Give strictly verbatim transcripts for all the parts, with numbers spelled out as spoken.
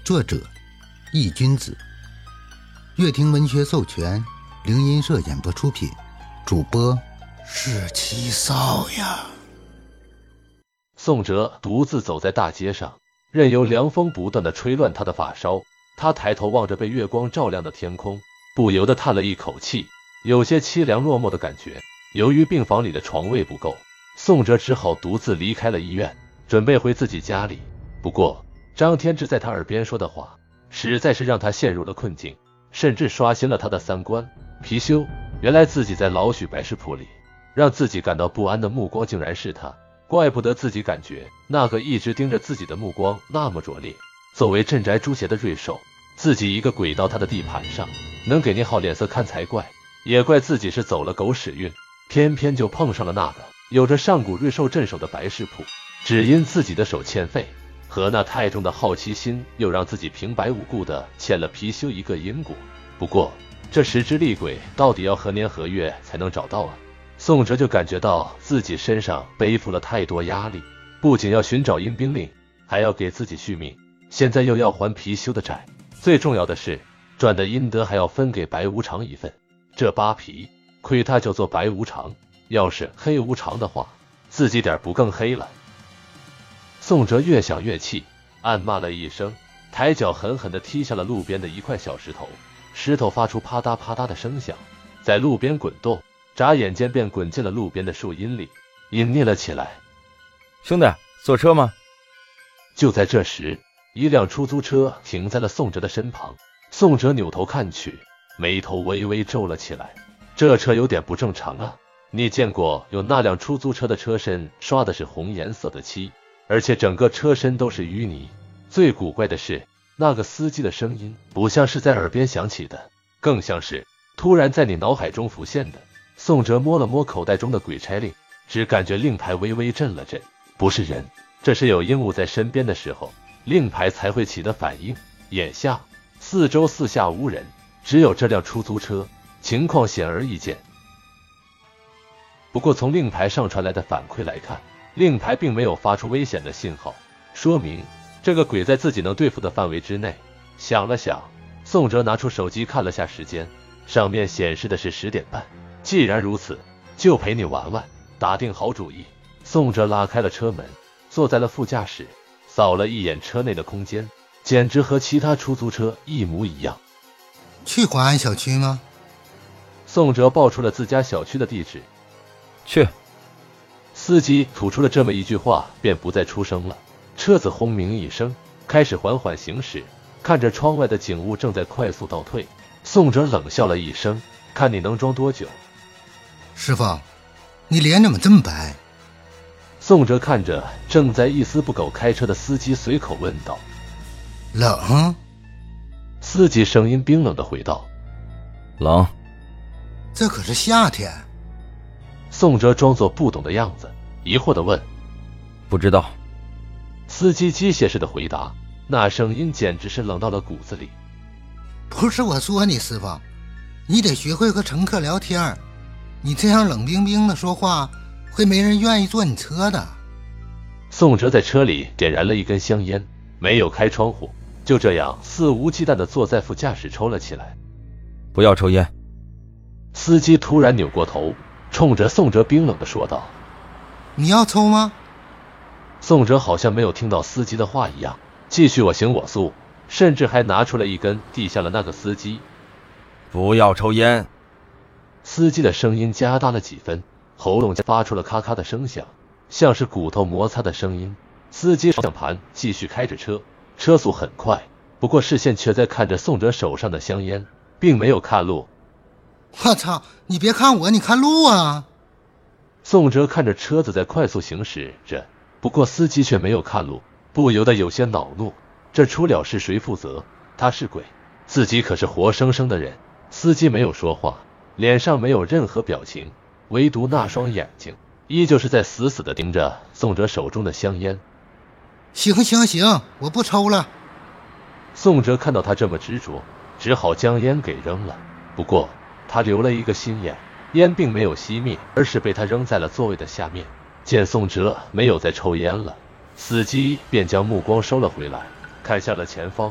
作者易君子，乐听文学授权，灵音社演播出品，主播是七少呀。 宋哲独自走在大街上，任由凉风不断地吹乱他的发梢。他抬头望着被月光照亮的天空，不由得叹了一口气，有些凄凉落寞的感觉。由于病房里的床位不够，宋哲只好独自离开了医院，准备回自己家里。不过张天志在他耳边说的话实在是让他陷入了困境，甚至刷新了他的三观。貔貅，原来自己在老许白石铺里让自己感到不安的目光竟然是他，怪不得自己感觉那个一直盯着自己的目光那么拙劣。作为镇宅朱邪的瑞兽，自己一个鬼到他的地盘上，能给你好脸色看才怪。也怪自己是走了狗屎运，偏偏就碰上了那个有着上古瑞兽镇守的白石铺。只因自己的手欠费，和那太重的好奇心，又让自己平白无故的欠了貔貅一个因果。不过这十只厉鬼到底要何年何月才能找到啊？宋哲就感觉到自己身上背负了太多压力，不仅要寻找阴兵令，还要给自己续命，现在又要还貔貅的债，最重要的是赚的阴德还要分给白无常一份。这扒皮，亏他叫做白无常，要是黑无常的话，自己点不更黑了。宋哲越想越气，暗骂了一声，抬脚狠狠地踢下了路边的一块小石头，石头发出啪嗒啪嗒的声响，在路边滚动，眨眼间便滚进了路边的树荫里，隐匿了起来。 兄弟，坐车吗？ 就在这时，一辆出租车停在了宋哲的身旁。宋哲扭头看去，眉头微微皱了起来，这车有点不正常啊！你见过有那辆出租车的车身刷的是红颜色的漆，而且整个车身都是淤泥。最古怪的是，那个司机的声音不像是在耳边响起的，更像是突然在你脑海中浮现的。宋哲摸了摸口袋中的鬼差令，只感觉令牌微微震了震，不是人，这是有鹦鹉在身边的时候令牌才会起的反应。眼下四周四下无人，只有这辆出租车，情况显而易见。不过从令牌上传来的反馈来看，令牌并没有发出危险的信号，说明这个鬼在自己能对付的范围之内。想了想，宋哲拿出手机看了下时间，上面显示的是十点半。既然如此，就陪你玩玩。打定好主意，宋哲拉开了车门，坐在了副驾驶，扫了一眼车内的空间，简直和其他出租车一模一样。 去华安小区吗？ 宋哲报出了自家小区的地址。 去。 司机吐出了这么一句话，便不再出声了。车子轰鸣一声，开始缓缓行驶。看着窗外的景物正在快速倒退，宋哲冷笑了一声，看你能装多久。 师傅，你脸怎么这么白？ 宋哲看着正在一丝不苟开车的司机，随口问道。 冷？ 司机声音冰冷地回道。 冷。 这可是夏天。 宋哲装作不懂的样子，疑惑地问。 不知道。 司机机械式的回答，那声音简直是冷到了骨子里。 不是我说你师傅，你得学会和乘客聊天，你这样冷冰冰的说话，会没人愿意坐你车的。 宋哲在车里点燃了一根香烟，没有开窗户，就这样肆无忌惮地坐在副驾驶抽了起来。 不要抽烟。 司机突然扭过头，冲着宋哲冰冷地说道。 你要抽吗？ 宋哲好像没有听到司机的话一样，继续我行我素，甚至还拿出了一根递向了那个司机。 不要抽烟。 司机的声音加大了几分，喉咙发出了咔咔的声响，像是骨头摩擦的声音。司机方向盘继续开着车，车速很快，不过视线却在看着宋哲手上的香烟，并没有看路。 我操，你别看我，你看路啊！ 宋哲看着车子在快速行驶着，不过司机却没有看路，不由得有些恼怒。这出了事谁负责？他是鬼，自己可是活生生的人。司机没有说话，脸上没有任何表情，唯独那双眼睛依旧是在死死地盯着宋哲手中的香烟。 行行行，我不抽了。 宋哲看到他这么执着，只好将烟给扔了。不过他留了一个心眼，烟并没有熄灭，而是被他扔在了座位的下面。见宋哲没有再抽烟了，司机便将目光收了回来，看向了前方。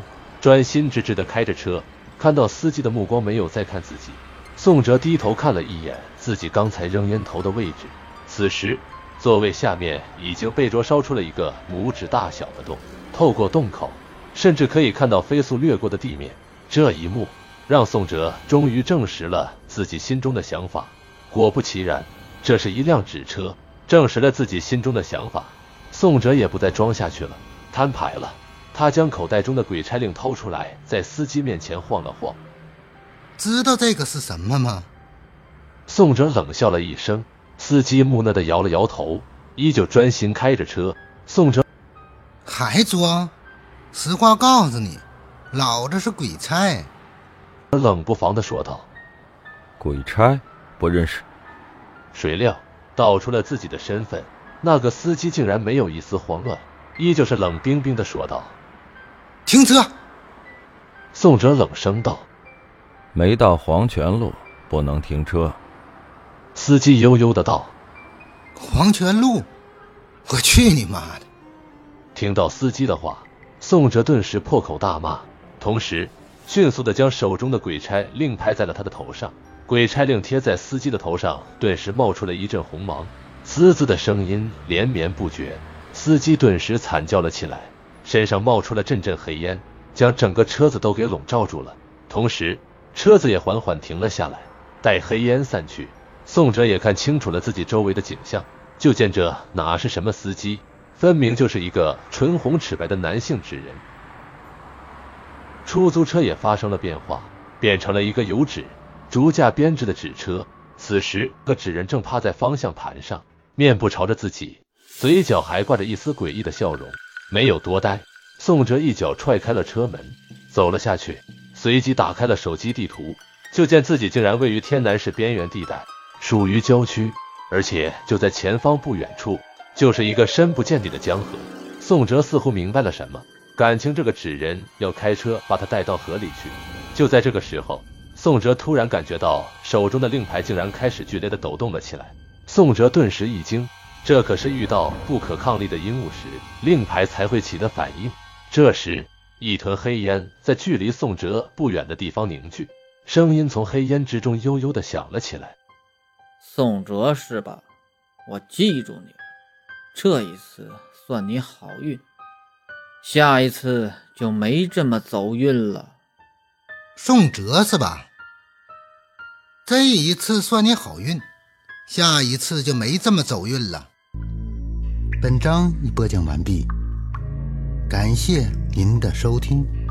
专心致志地开着车。看到司机的目光没有再看自己，宋哲低头看了一眼自己刚才扔烟头的位置，此时座位下面已经被灼烧出了一个拇指大小的洞，透过洞口甚至可以看到飞速掠过的地面。这一幕让宋哲终于证实了自己心中的想法，果不其然，这是一辆纸车，证实了自己心中的想法。宋哲也不再装下去了，摊牌了。他将口袋中的鬼差令掏出来，在司机面前晃了晃。 知道这个是什么吗？ 宋哲冷笑了一声，司机木讷地摇了摇头，依旧专心开着车。宋哲还装？实话告诉你，老子是鬼差。 冷不防地说道。 鬼差？不认识。 谁料道出了自己的身份，那个司机竟然没有一丝慌乱，依旧是冷冰冰地说道。 停车！ 宋哲冷声道。 没到黄泉路不能停车。 司机悠悠的道。 黄泉路？我去你妈的！ 听到司机的话，宋哲顿时破口大骂，同时迅速的将手中的鬼差令拍在了他的头上。鬼差令贴在司机的头上，顿时冒出了一阵红芒，滋滋的声音连绵不绝。司机顿时惨叫了起来，身上冒出了阵阵黑烟，将整个车子都给笼罩住了。同时车子也缓缓停了下来。待黑烟散去，宋哲也看清楚了自己周围的景象，就见这哪是什么司机，分明就是一个唇红齿白的男性纸人。出租车也发生了变化，变成了一个有纸竹架编制的纸车。此时个纸人正趴在方向盘上，面部朝着自己，嘴角还挂着一丝诡异的笑容。没有多待，宋哲一脚踹开了车门，走了下去，随即打开了手机地图，就见自己竟然位于天南市边缘地带，属于郊区，而且就在前方不远处就是一个深不见底的江河。宋哲似乎明白了什么，感情这个纸人要开车把他带到河里去。就在这个时候，宋哲突然感觉到手中的令牌竟然开始剧烈的抖动了起来。宋哲顿时一惊，这可是遇到不可抗力的阴雾时令牌才会起的反应。这时一团黑烟在距离宋哲不远的地方凝聚，声音从黑烟之中悠悠地响了起来。 宋哲是吧？我记住你了，这一次算你好运，下一次就没这么走运了。 宋哲是吧？这一次算你好运，下一次就没这么走运了。本章已播讲完毕，感谢您的收听。